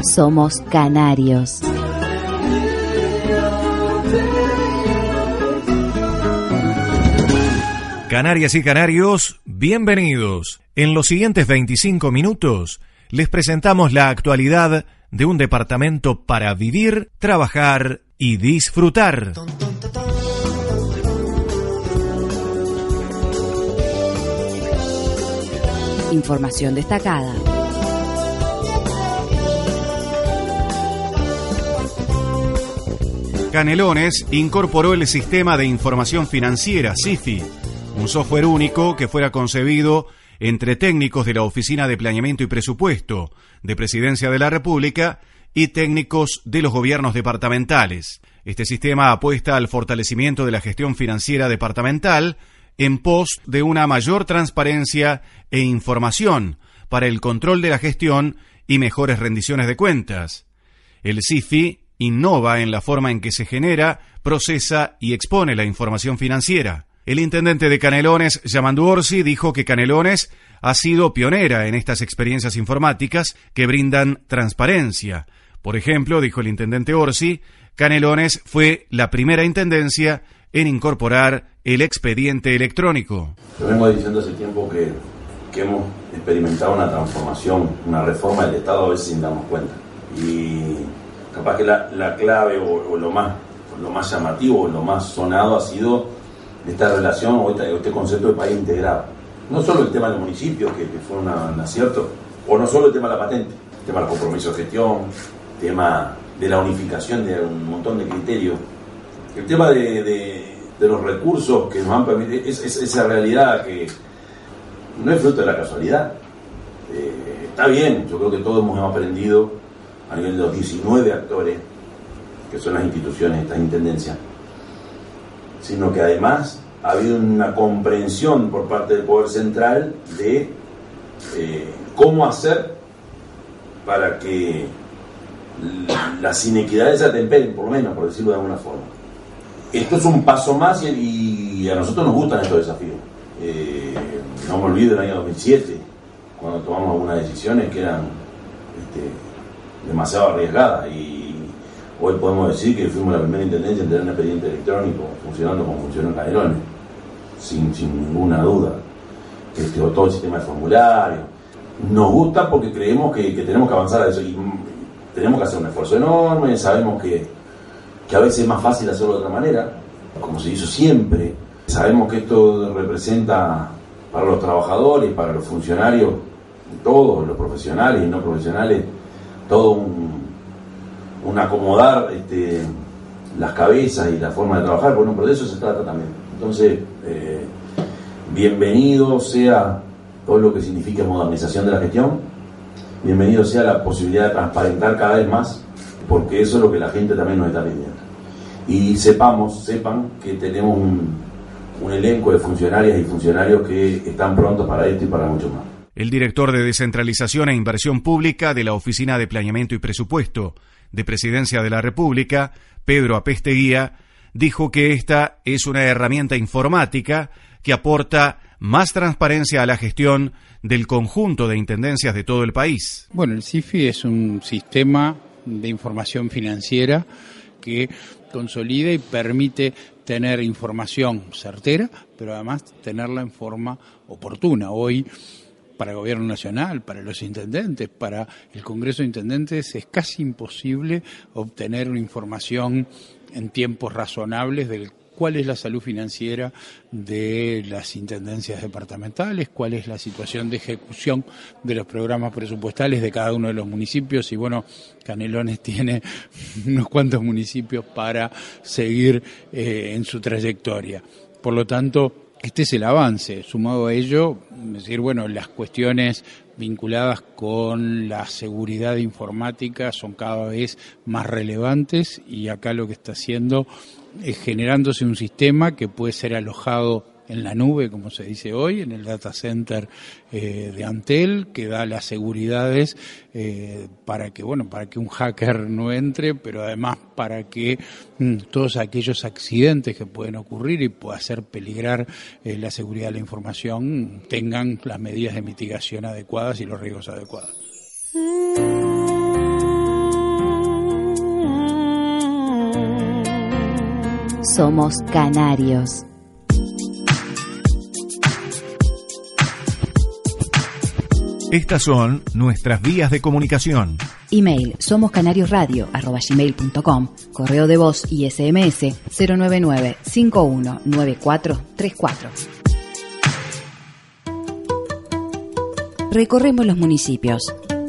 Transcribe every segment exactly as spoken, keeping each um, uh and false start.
somos canarios. Canarias y canarios, bienvenidos. En los siguientes veinticinco minutos les presentamos la actualidad de un departamento para vivir, trabajar y disfrutar. Información destacada. Canelones incorporó el Sistema de Información Financiera, SIFI, un software único que fuera concebido entre técnicos de la Oficina de Planeamiento y Presupuesto de Presidencia de la República y técnicos de los gobiernos departamentales. Este sistema apuesta al fortalecimiento de la gestión financiera departamental en pos de una mayor transparencia e información para el control de la gestión y mejores rendiciones de cuentas. El SIFI innova en la forma en que se genera, procesa y expone la información financiera. El intendente de Canelones, Yamandu Orsi, dijo que Canelones ha sido pionera en estas experiencias informáticas que brindan transparencia. Por ejemplo, dijo el intendente Orsi, Canelones fue la primera intendencia en incorporar el expediente electrónico. Yo vengo diciendo hace tiempo que, que hemos experimentado una transformación, una reforma del Estado a veces sin darnos cuenta. Y capaz que la, la clave o, o lo más, lo más llamativo o lo más sonado ha sido esta relación o este, este concepto de país integrado. No solo el tema del municipio, que, que fue una, un acierto, o no solo el tema de la patente, el tema del compromiso de gestión, el tema de la unificación de un montón de criterios, el tema de, de, de los recursos que nos han permitido, es, es, esa realidad que no es fruto de la casualidad. Eh, está bien, yo creo que todos hemos aprendido a nivel de los diecinueve actores, que son las instituciones, estas intendencias, sino que además ha habido una comprensión por parte del Poder Central de eh, cómo hacer para que las inequidades se atemperen, por lo menos, por decirlo de alguna forma. Esto es un paso más y, y a nosotros nos gustan estos desafíos. Eh, no me olvido del año dos mil siete, cuando tomamos algunas decisiones que eran este, demasiado arriesgadas, y hoy podemos decir que fuimos la primera intendencia en tener un expediente electrónico funcionando como funcionó en Canelones, sin, sin ninguna duda, que este, todo el sistema de formulario. Nos gusta porque creemos que, que tenemos que avanzar a eso y tenemos que hacer un esfuerzo enorme. Sabemos que, que a veces es más fácil hacerlo de otra manera, como se hizo siempre. Sabemos que esto representa para los trabajadores, para los funcionarios, todos los profesionales y no profesionales, todo un un acomodar este, las cabezas y la forma de trabajar, bueno, pero de eso se trata también. Entonces, eh, bienvenido sea todo lo que significa modernización de la gestión, bienvenido sea la posibilidad de transparentar cada vez más, porque eso es lo que la gente también nos está pidiendo. Y sepamos, sepan que tenemos un, un elenco de funcionarias y funcionarios que están prontos para esto y para mucho más. El director de Descentralización e Inversión Pública de la Oficina de Planeamiento y Presupuesto de Presidencia de la República, Pedro Apesteguía, dijo que esta es una herramienta informática que aporta más transparencia a la gestión del conjunto de intendencias de todo el país. Bueno, el SIFI es un sistema de información financiera que consolida y permite tener información certera, pero además tenerla en forma oportuna. Hoy, para el Gobierno Nacional, para los intendentes, para el Congreso de Intendentes, es casi imposible obtener una información en tiempos razonables del cuál es la salud financiera de las intendencias departamentales, cuál es la situación de ejecución de los programas presupuestales de cada uno de los municipios. Y bueno, Canelones tiene unos cuantos municipios para seguir eh, en su trayectoria. Por lo tanto, este es el avance. Sumado a ello, es decir, bueno, las cuestiones vinculadas con la seguridad informática son cada vez más relevantes, y acá lo que está haciendo es generándose un sistema que puede ser alojado en la nube, como se dice hoy, en el data center eh, de Antel, que da las seguridades eh, para que, bueno, para que un hacker no entre, pero además para que mm, todos aquellos accidentes que pueden ocurrir y pueda hacer peligrar eh, la seguridad de la información tengan las medidas de mitigación adecuadas y los riesgos adecuados. Somos canarios. Estas son nuestras vías de comunicación. Email somoscanariosradio arroba gmail punto com, correo de voz y S M S cero nueve nueve cinco uno nueve cuatro tres cuatro. Recorremos los municipios.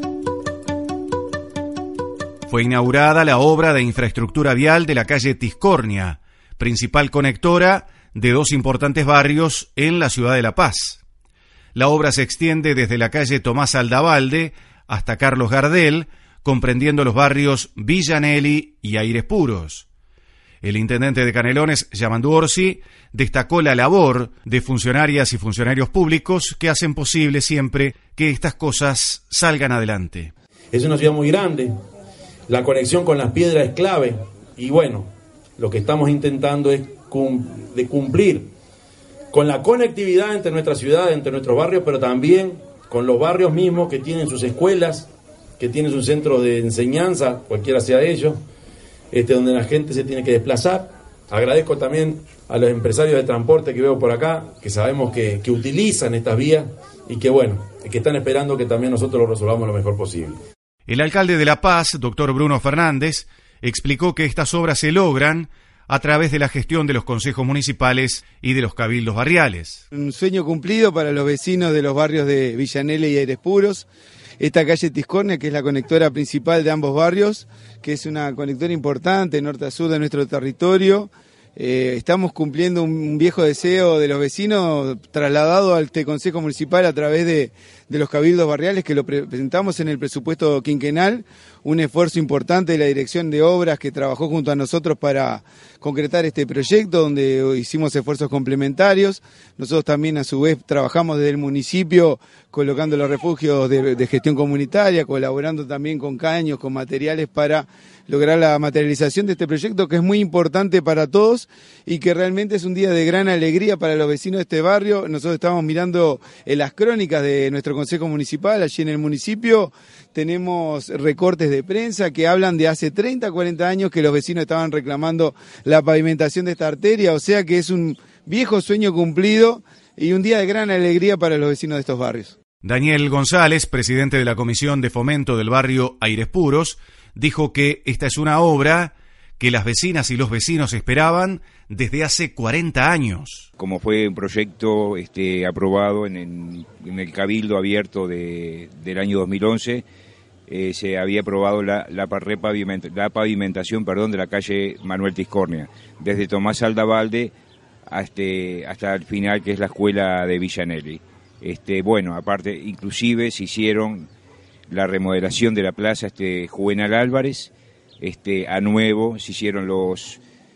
Fue inaugurada la obra de infraestructura vial de la calle Tiscornia, principal conectora de dos importantes barrios en la ciudad de La Paz. La obra se extiende desde la calle Tomás Aldavalde hasta Carlos Gardel, comprendiendo los barrios Villa Nelly y Aires Puros. El intendente de Canelones, Yamandu Orsi, destacó la labor de funcionarias y funcionarios públicos que hacen posible siempre que estas cosas salgan adelante. Es una ciudad muy grande, la conexión con Las Piedras es clave y bueno, lo que estamos intentando es cum- de cumplir con la conectividad entre nuestra ciudad, entre nuestros barrios, pero también con los barrios mismos que tienen sus escuelas, que tienen su centro de enseñanza, cualquiera sea ellos, este, donde la gente se tiene que desplazar. Agradezco también a los empresarios de transporte que veo por acá, que sabemos que, que utilizan estas vías y que bueno, que están esperando que también nosotros lo resolvamos lo mejor posible. El alcalde de La Paz, doctor Bruno Fernández, explicó que estas obras se logran a través de la gestión de los consejos municipales y de los cabildos barriales. Un sueño cumplido para los vecinos de los barrios de Villa Nelly y Aires Puros. Esta calle Tiscornia, que es la conectora principal de ambos barrios, que es una conectora importante norte a sur de nuestro territorio. Eh, estamos cumpliendo un viejo deseo de los vecinos trasladado al este Consejo Municipal a través de, de los cabildos barriales, que lo pre- presentamos en el presupuesto quinquenal, un esfuerzo importante de la Dirección de Obras que trabajó junto a nosotros para concretar este proyecto, donde hicimos esfuerzos complementarios. Nosotros también a su vez trabajamos desde el municipio colocando los refugios de, de gestión comunitaria, colaborando también con caños, con materiales para lograr la materialización de este proyecto, que es muy importante para todos y que realmente es un día de gran alegría para los vecinos de este barrio. Nosotros estamos mirando en las crónicas de nuestro Consejo Municipal, allí en el municipio tenemos recortes de prensa que hablan de hace treinta, cuarenta años que los vecinos estaban reclamando la pavimentación de esta arteria, o sea que es un viejo sueño cumplido y un día de gran alegría para los vecinos de estos barrios. Daniel González, presidente de la Comisión de Fomento del barrio Aires Puros, dijo que esta es una obra que las vecinas y los vecinos esperaban desde hace cuarenta años. Como fue un proyecto este, aprobado en el, en el Cabildo Abierto de, del año dos mil once, eh, se había aprobado la, la, repavimenta, la pavimentación perdón, de la calle Manuel Tiscornia, desde Tomás Aldavalde hasta, hasta el final, que es la escuela de Villa Nelly. Este, bueno, aparte, inclusive se hicieron la remodelación de la plaza este, Juvenal Álvarez, este, a nuevo, se hicieron los,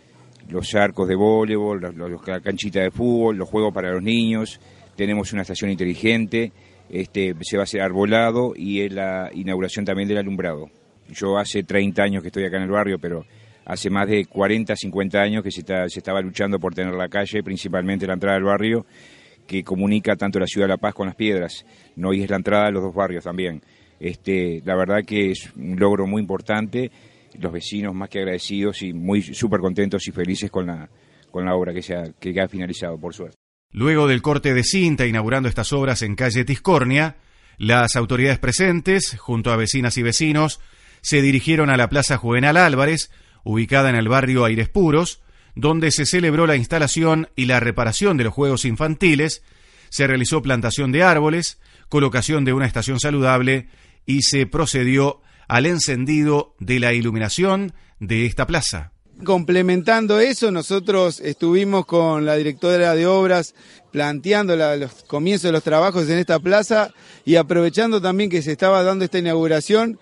los arcos de voleibol, los, los, la canchita de fútbol, los juegos para los niños, tenemos una estación inteligente, este, se va a hacer arbolado y es la inauguración también del alumbrado. Yo hace treinta años que estoy acá en el barrio, pero hace más de cuarenta, cincuenta años que se, está, se estaba luchando por tener la calle, principalmente la entrada del barrio, que comunica tanto la ciudad de La Paz con Las Piedras, no, y es la entrada de los dos barrios también. Este, la verdad que es un logro muy importante, los vecinos más que agradecidos y muy súper contentos y felices con la, con la obra que, se ha, que ha finalizado, por suerte. Luego del corte de cinta inaugurando estas obras en calle Tiscornia, las autoridades presentes, junto a vecinas y vecinos, se dirigieron a la Plaza Juvenal Álvarez, ubicada en el barrio Aires Puros, donde se celebró la instalación y la reparación de los juegos infantiles, se realizó plantación de árboles, colocación de una estación saludable y se procedió al encendido de la iluminación de esta plaza. Complementando eso, nosotros estuvimos con la directora de obras planteando la, los comienzos de los trabajos en esta plaza y aprovechando también que se estaba dando esta inauguración,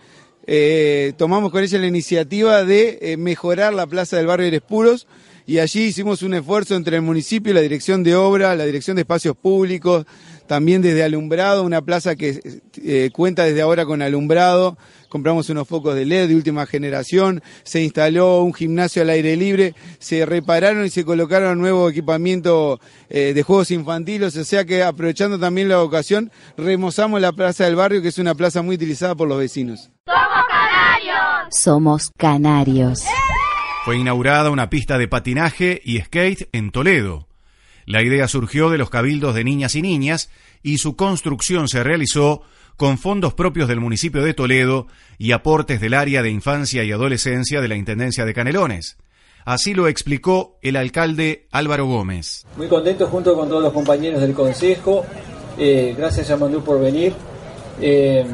eh, tomamos con ella la iniciativa de eh, mejorar la plaza del barrio Aires Puros, y allí hicimos un esfuerzo entre el municipio, la dirección de obra, la dirección de espacios públicos, también desde alumbrado, una plaza que eh, cuenta desde ahora con alumbrado. Compramos unos focos de L E D de última generación, se instaló un gimnasio al aire libre, se repararon y se colocaron nuevo equipamiento eh, de juegos infantiles, o sea que aprovechando también la ocasión, remozamos la plaza del barrio, que es una plaza muy utilizada por los vecinos. ¡Somos canarios! ¡Somos canarios! Fue inaugurada una pista de patinaje y skate en Toledo. La idea surgió de los cabildos de niñas y niñas y su construcción se realizó con fondos propios del municipio de Toledo y aportes del área de infancia y adolescencia de la Intendencia de Canelones. Así lo explicó el alcalde Álvaro Gómez. Muy contento junto con todos los compañeros del Consejo. Eh, gracias a Manu por venir. Eh,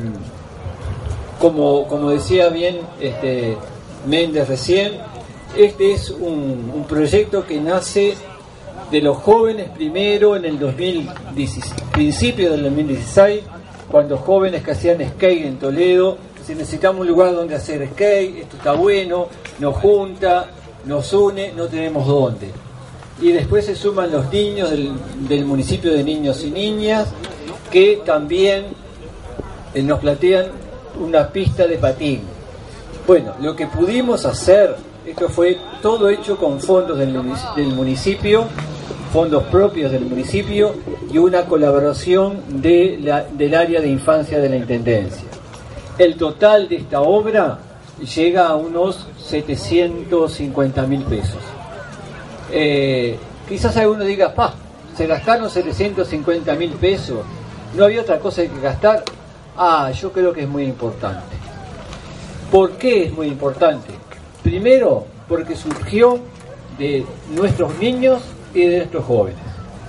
como, como decía bien este, Méndez recién, este es un, un proyecto que nace de los jóvenes primero en el dos mil dieciséis, principio del dos mil dieciséis, cuando jóvenes que hacían skate en Toledo, si necesitamos un lugar donde hacer skate, esto está bueno, nos junta, nos une, no tenemos dónde. Y después se suman los niños del, del municipio de Niños y Niñas, que también eh, nos plantean una pista de patín. Bueno, lo que pudimos hacer, esto fue todo hecho con fondos del, del municipio, fondos propios del municipio y una colaboración de la, del área de infancia de la Intendencia. El total de esta obra llega a unos setecientos cincuenta mil pesos. Eh, quizás alguno diga, pa, se gastaron setecientos cincuenta mil pesos, no había otra cosa que gastar. Ah, yo creo que es muy importante. ¿Por qué es muy importante? Primero, porque surgió de nuestros niños y de nuestros jóvenes.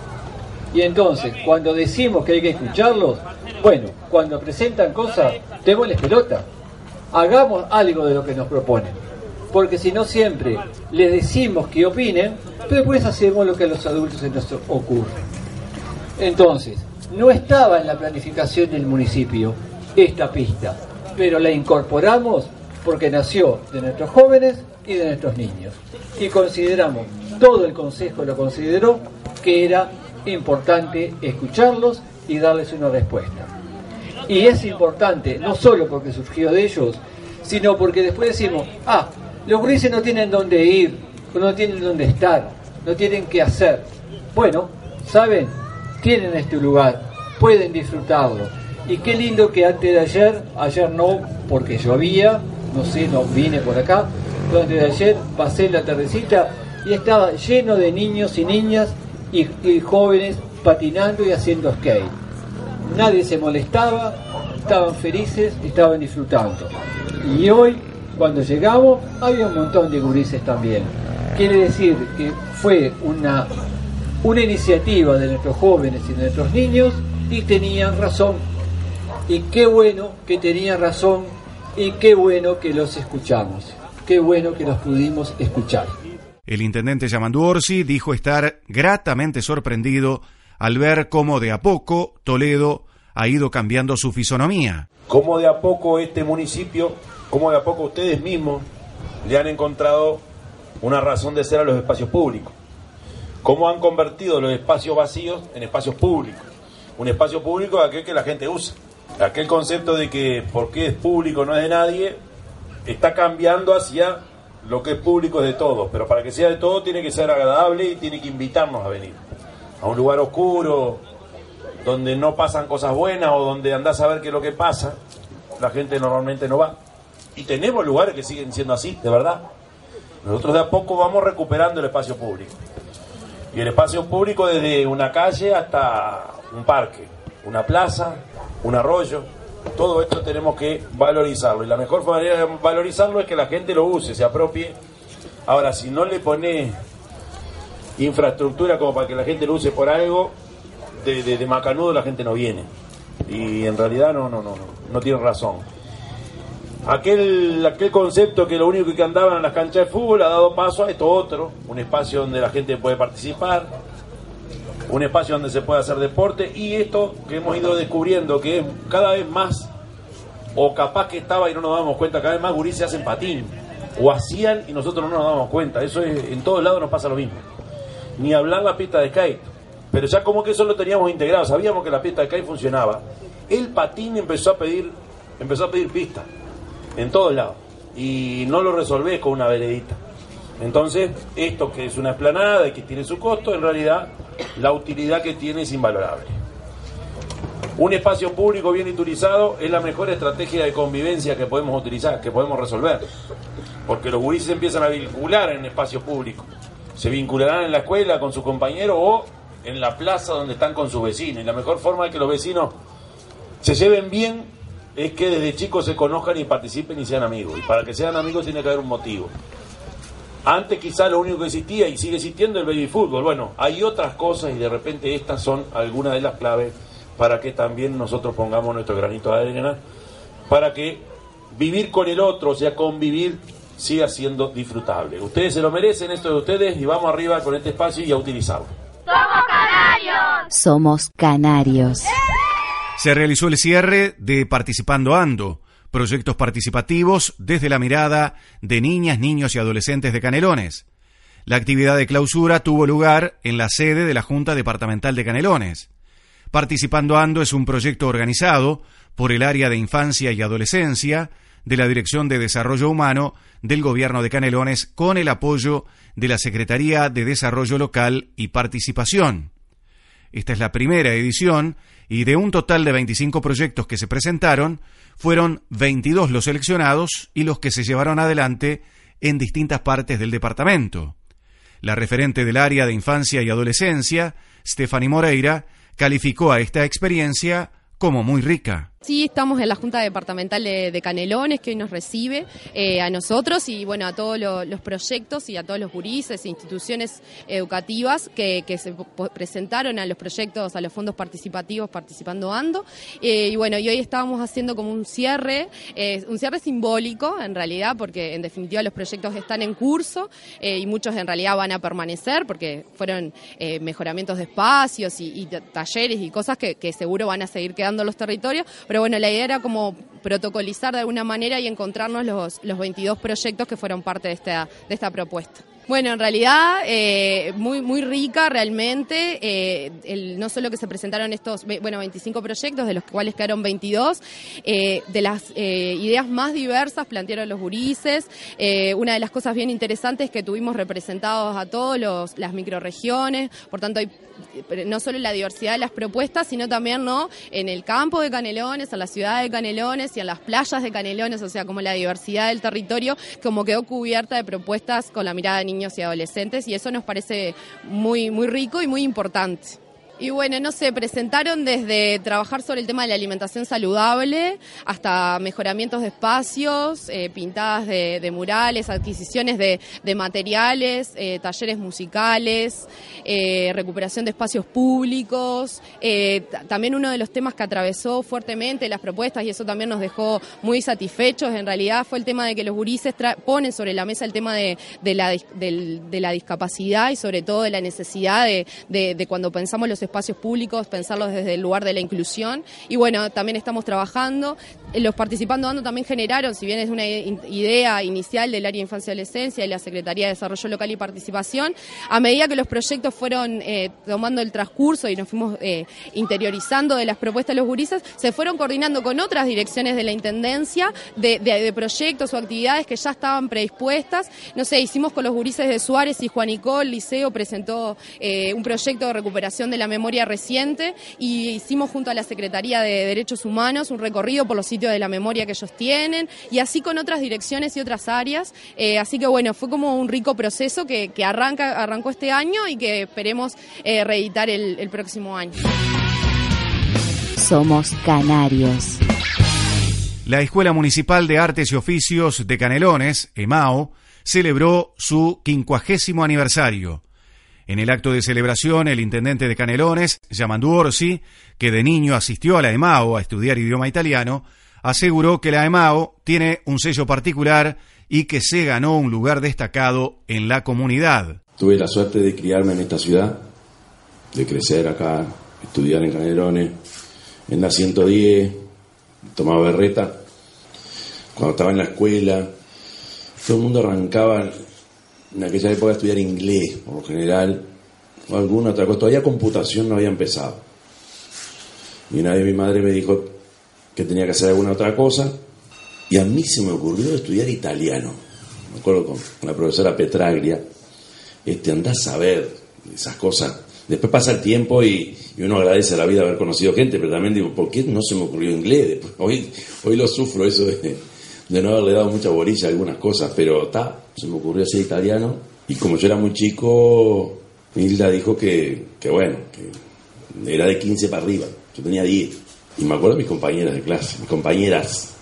Y entonces, cuando decimos que hay que escucharlos, bueno, cuando presentan cosas, démosles pelota. Hagamos algo de lo que nos proponen. Porque si no siempre les decimos que opinen, pero después hacemos lo que a los adultos se nos ocurre. Entonces, no estaba en la planificación del municipio esta pista, pero la incorporamos porque nació de nuestros jóvenes y de nuestros niños. Y consideramos, todo el Consejo lo consideró, que era importante escucharlos y darles una respuesta. Y es importante, no solo porque surgió de ellos, sino porque después decimos, ah, los gurises no tienen dónde ir, no tienen dónde estar, no tienen qué hacer. Bueno, ¿saben? Tienen este lugar, pueden disfrutarlo. Y qué lindo que antes de ayer, ayer no porque llovía, no sé, no vine por acá, pero antes de ayer pasé en la tardecita y estaba lleno de niños y niñas y, y jóvenes patinando y haciendo skate. Nadie se molestaba, estaban felices, estaban disfrutando. Y hoy, cuando llegamos, había un montón de gurises también. Quiere decir que fue una, una iniciativa de nuestros jóvenes y de nuestros niños y tenían razón. Y qué bueno que tenían razón y qué bueno que los escuchamos. Qué bueno que los pudimos escuchar. El intendente Yamandu Orsi dijo estar gratamente sorprendido al ver cómo de a poco Toledo ha ido cambiando su fisonomía. Cómo de a poco este municipio, cómo de a poco ustedes mismos le han encontrado una razón de ser a los espacios públicos. Cómo han convertido los espacios vacíos en espacios públicos. Un espacio público es aquel que la gente usa. Aquel concepto de que porque es público no es de nadie, está cambiando hacia lo que es público es de todos. Pero para que sea de todos tiene que ser agradable y tiene que invitarnos a venir. A un lugar oscuro, donde no pasan cosas buenas o donde andás a ver qué es lo que pasa, la gente normalmente no va. Y tenemos lugares que siguen siendo así, de verdad. Nosotros de a poco vamos recuperando el espacio público. Y el espacio público desde una calle hasta un parque, una plaza, un arroyo, todo esto tenemos que valorizarlo. Y la mejor manera de valorizarlo es que la gente lo use, se apropie. Ahora, si no le pone infraestructura como para que la gente lo use por algo, de, de, de macanudo la gente no viene. Y en realidad no, no, no, no, no tiene razón. Aquel, aquel concepto que lo único que andaban en las canchas de fútbol ha dado paso a esto otro, un espacio donde la gente puede participar, un espacio donde se puede hacer deporte, y esto que hemos ido descubriendo que es cada vez más, o capaz que estaba y no nos damos cuenta, cada vez más gurises hacen patín, o hacían y nosotros no nos damos cuenta. Eso es, en todos lados nos pasa lo mismo. Ni hablar la pista de skate, pero ya como que eso lo teníamos integrado, sabíamos que la pista de skate funcionaba. El patín empezó a pedir, empezó a pedir pista en todos lados, y no lo resolvés con una veredita. Entonces, esto que es una explanada y que tiene su costo, en realidad la utilidad que tiene es invalorable. Un espacio público bien utilizado es la mejor estrategia de convivencia que podemos utilizar, que podemos resolver. porque los gurises empiezan a vincular en espacios públicos. Se vincularán en la escuela con su compañero o en la plaza donde están con sus vecinos. Y la mejor forma de que los vecinos se lleven bien es que desde chicos se conozcan y participen y sean amigos. Y para que sean amigos tiene que haber un motivo. Antes quizá lo único que existía y sigue existiendo es el baby fútbol. Bueno, hay otras cosas y de repente estas son algunas de las claves para que también nosotros pongamos nuestro granito de arena, para que vivir con el otro, o sea, convivir, siga siendo disfrutable. Ustedes se lo merecen, esto de ustedes, y vamos arriba con este espacio y a utilizarlo. ¡Somos canarios! Somos canarios. Se realizó el cierre de Participando Ando, proyectos participativos desde la mirada de niñas, niños y adolescentes de Canelones. La actividad de clausura tuvo lugar en la sede de la Junta Departamental de Canelones. Participando Ando es un proyecto organizado por el Área de Infancia y Adolescencia de la Dirección de Desarrollo Humano del Gobierno de Canelones con el apoyo de la Secretaría de Desarrollo Local y Participación. Esta es la primera edición y de un total de veinticinco proyectos que se presentaron, fueron veintidós los seleccionados y los que se llevaron adelante en distintas partes del departamento. La referente del área de infancia y adolescencia, Stephanie Moreira, calificó a esta experiencia como muy rica. Sí, estamos en la Junta Departamental de, de Canelones, que hoy nos recibe eh, a nosotros y bueno, a todos lo, los proyectos y a todos los gurises e instituciones educativas que, que se presentaron a los proyectos, a los fondos participativos Participando Ando. Eh, y bueno, y hoy estábamos haciendo como un cierre, eh, un cierre simbólico en realidad, porque en definitiva los proyectos están en curso eh, y muchos en realidad van a permanecer porque fueron eh, mejoramientos de espacios y, y talleres y cosas que, que seguro van a seguir quedando en los territorios. Pero bueno, la idea era como protocolizar de alguna manera y encontrarnos los, los veintidós proyectos que fueron parte de esta, de esta propuesta. Bueno, en realidad eh, muy muy rica realmente, eh, el, no solo que se presentaron estos bueno veinticinco proyectos, de los cuales quedaron veintidós, eh, de las eh, ideas más diversas plantearon los gurises. Eh, una de las cosas bien interesantes es que tuvimos representados a todos los, las microrregiones, por tanto hay no solo la diversidad de las propuestas, sino también no en el campo de Canelones, en la ciudad de Canelones y en las playas de Canelones, o sea, como la diversidad del territorio, como quedó cubierta de propuestas con la mirada de niños y adolescentes, y eso nos parece muy, muy rico y muy importante. Y bueno, no sé, presentaron desde trabajar sobre el tema de la alimentación saludable hasta mejoramientos de espacios, eh, pintadas de, de murales, adquisiciones de, de materiales, eh, talleres musicales, eh, recuperación de espacios públicos. Eh, t- también uno de los temas que atravesó fuertemente las propuestas, y eso también nos dejó muy satisfechos, en realidad fue el tema de que los gurises tra- ponen sobre la mesa el tema de, de, la, de, de la discapacidad y sobre todo de la necesidad de, de, de cuando pensamos los espacios públicos, pensarlos desde el lugar de la inclusión. Y bueno, también estamos trabajando. Los Participando Ando también generaron, si bien es una idea inicial del área de infancia y adolescencia y la Secretaría de Desarrollo Local y Participación, a medida que los proyectos fueron eh, tomando el transcurso y nos fuimos eh, interiorizando de las propuestas de los gurises, se fueron coordinando con otras direcciones de la Intendencia de, de, de proyectos o actividades que ya estaban predispuestas. No sé, hicimos con los gurises de Suárez y Juanicó, el liceo presentó eh, un proyecto de recuperación de la memoria reciente y hicimos junto a la Secretaría de Derechos Humanos un recorrido por los sitios de la memoria que ellos tienen, y así con otras direcciones y otras áreas. Eh, así que bueno, fue como un rico proceso que, que arranca, arrancó este año y que esperemos eh, reeditar el, el próximo año. Somos canarios. La Escuela Municipal de Artes y Oficios de Canelones, EMAO, celebró su quincuagésimo aniversario. En el acto de celebración, el intendente de Canelones, Yamandu Orsi, que de niño asistió a la EMAO a estudiar idioma italiano, aseguró que la EMAO tiene un sello particular y que se ganó un lugar destacado en la comunidad. Tuve la suerte de criarme en esta ciudad, de crecer acá, estudiar en Canelones, en la ciento diez, tomaba berreta. Cuando estaba en la escuela, todo el mundo arrancaba en aquella época a estudiar inglés, por lo general, o alguna otra cosa. Todavía computación no había empezado. Y una vez mi madre me dijo que tenía que hacer alguna otra cosa, y a mí se me ocurrió estudiar italiano. Me acuerdo con la profesora Petraglia, este, andás a ver esas cosas. Después pasa el tiempo y, y uno agradece a la vida haber conocido gente, pero también digo, ¿por qué no se me ocurrió inglés? Después, hoy, hoy lo sufro eso de, de no haberle dado mucha bolilla a algunas cosas, pero ta, se me ocurrió ser italiano, y como yo era muy chico, Hilda dijo que, que bueno, que era de quince para arriba, yo tenía diez, y me acuerdo de mis compañeras de clase, mis compañeras,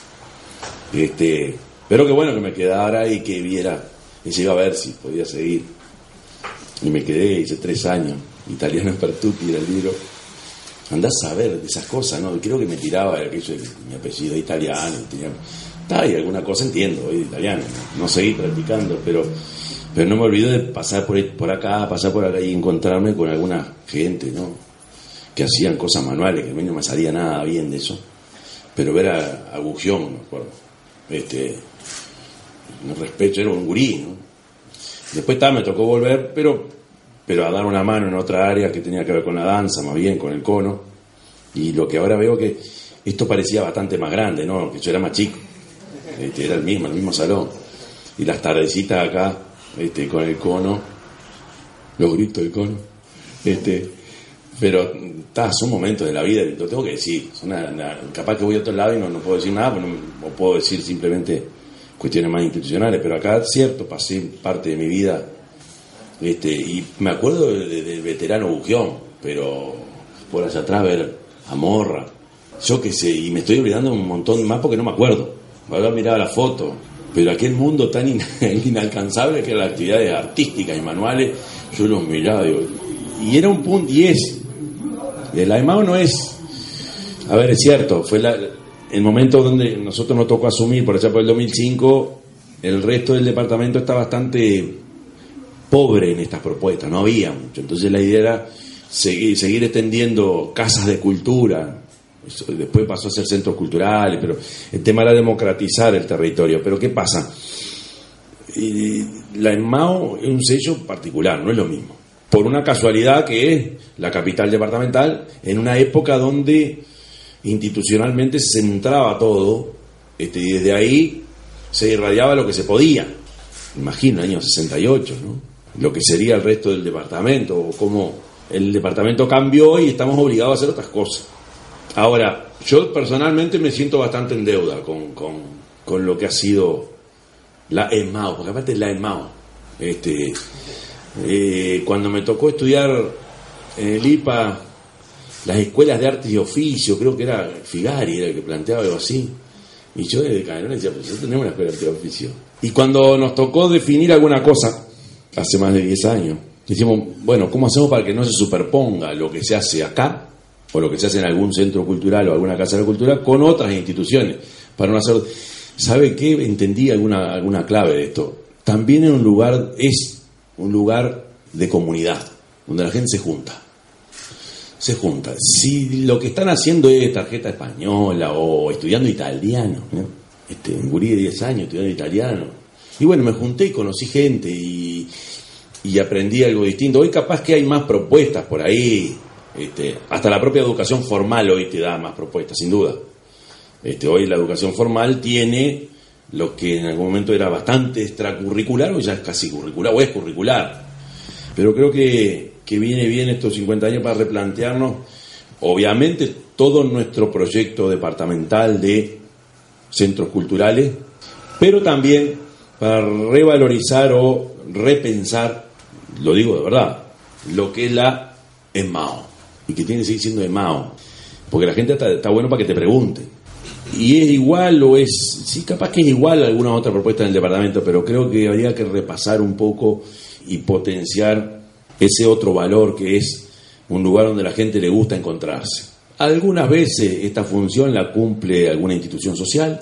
este, pero que bueno que me quedara y que viera, y se iba a ver si podía seguir, y me quedé, hice tres años, italiano per tutti era el libro. Andás a ver de esas cosas, ¿no? Creo que me tiraba aquello de mi apellido italiano, tenía, ta, y alguna cosa entiendo, hoy italiano, no, no seguí practicando, pero, pero no me olvido de pasar por, por acá, pasar por acá y encontrarme con alguna gente, ¿no? Que hacían cosas manuales, que a mí no me salía nada bien de eso, pero ver a, a Gugión, me acuerdo, este, un respeto, era un gurí, ¿no? Después ta, me tocó volver, pero... pero a dar una mano en otra área que tenía que ver con la danza, más bien con el cono, y lo que ahora veo que esto parecía bastante más grande, ¿no? Que yo era más chico, este, era el mismo, el mismo salón, y las tardecitas acá, este, con el cono, los gritos del cono, este, pero ta, son momentos de la vida, lo tengo que decir, son una, una, capaz que voy a otro lado y no, no puedo decir nada, no, o puedo decir simplemente cuestiones más institucionales, pero acá, cierto, pasé parte de mi vida. Este, y me acuerdo del de, de veterano Gugión, pero por allá atrás ver a Morra, yo qué sé, y me estoy olvidando un montón más porque no me acuerdo. Ahora miraba la foto, pero aquel mundo tan in, inalcanzable que eran las actividades artísticas y manuales, yo los miraba, digo, y era un punto, y es, el A E M A O no es, a ver, es cierto, fue la, el momento donde nosotros nos tocó asumir, por allá por el dos mil cinco, el resto del departamento está bastante pobre en estas propuestas, no había mucho, entonces la idea era seguir, seguir extendiendo casas de cultura, eso, después pasó a ser centros culturales, pero el tema era democratizar el territorio. Pero ¿qué pasa? Y la E M A O es un sello particular, no es lo mismo, por una casualidad que es la capital departamental, en una época donde institucionalmente se centraba todo, este, y desde ahí se irradiaba lo que se podía, imagino, año sesenta y ocho, ¿no? Lo que sería el resto del departamento, o cómo el departamento cambió y estamos obligados a hacer otras cosas. Ahora, yo personalmente me siento bastante en deuda con, con, con lo que ha sido la E M A O, porque aparte es la E M A O. Este, eh, cuando me tocó estudiar en el I P A las escuelas de artes y oficio, creo que era Figari, era el que planteaba algo así, y yo desde Canelones decía, pues yo tenemos una escuela de arte y oficio. Y cuando nos tocó definir alguna cosa, hace más de diez años, decimos, bueno, ¿cómo hacemos para que no se superponga lo que se hace acá, o lo que se hace en algún centro cultural o alguna casa de la cultura, con otras instituciones? Para no hacer... ¿Sabe qué? Entendí alguna, alguna clave de esto. También en un lugar, es un lugar de comunidad, donde la gente se junta. Se junta. Si lo que están haciendo es tarjeta española o estudiando italiano, ¿no? Este, un gurí de diez años estudiando italiano. Y bueno, me junté y conocí gente y, y aprendí algo distinto. Hoy capaz que hay más propuestas por ahí. Este, hasta la propia educación formal hoy te da más propuestas, sin duda. Este, hoy la educación formal tiene lo que en algún momento era bastante extracurricular, o ya es casi curricular, o es curricular. Pero creo que, que viene bien estos cincuenta años para replantearnos, obviamente, todo nuestro proyecto departamental de centros culturales, pero también para revalorizar o repensar, lo digo de verdad, lo que es la E M A O, y que tiene que seguir siendo E M A O, porque la gente está, está bueno para que te pregunte. Y es igual o es, sí, capaz que es igual a alguna otra propuesta del departamento, pero creo que habría que repasar un poco y potenciar ese otro valor que es un lugar donde la gente le gusta encontrarse. Algunas veces esta función la cumple alguna institución social,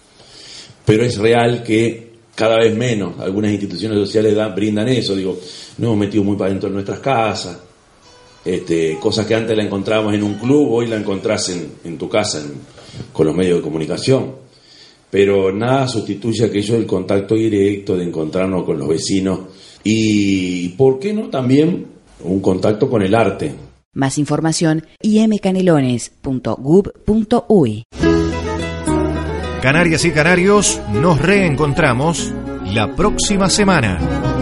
pero es real que cada vez menos algunas instituciones sociales dan, brindan eso. Digo, nos hemos metido muy para dentro de nuestras casas, este, cosas que antes la encontrábamos en un club, hoy la encontrás en, en tu casa, en, con los medios de comunicación, pero nada sustituye aquello del contacto directo, de encontrarnos con los vecinos y, ¿por qué no?, también un contacto con el arte. Más información i m canelones punto gov punto u y. Canarias y canarios, nos reencontramos la próxima semana.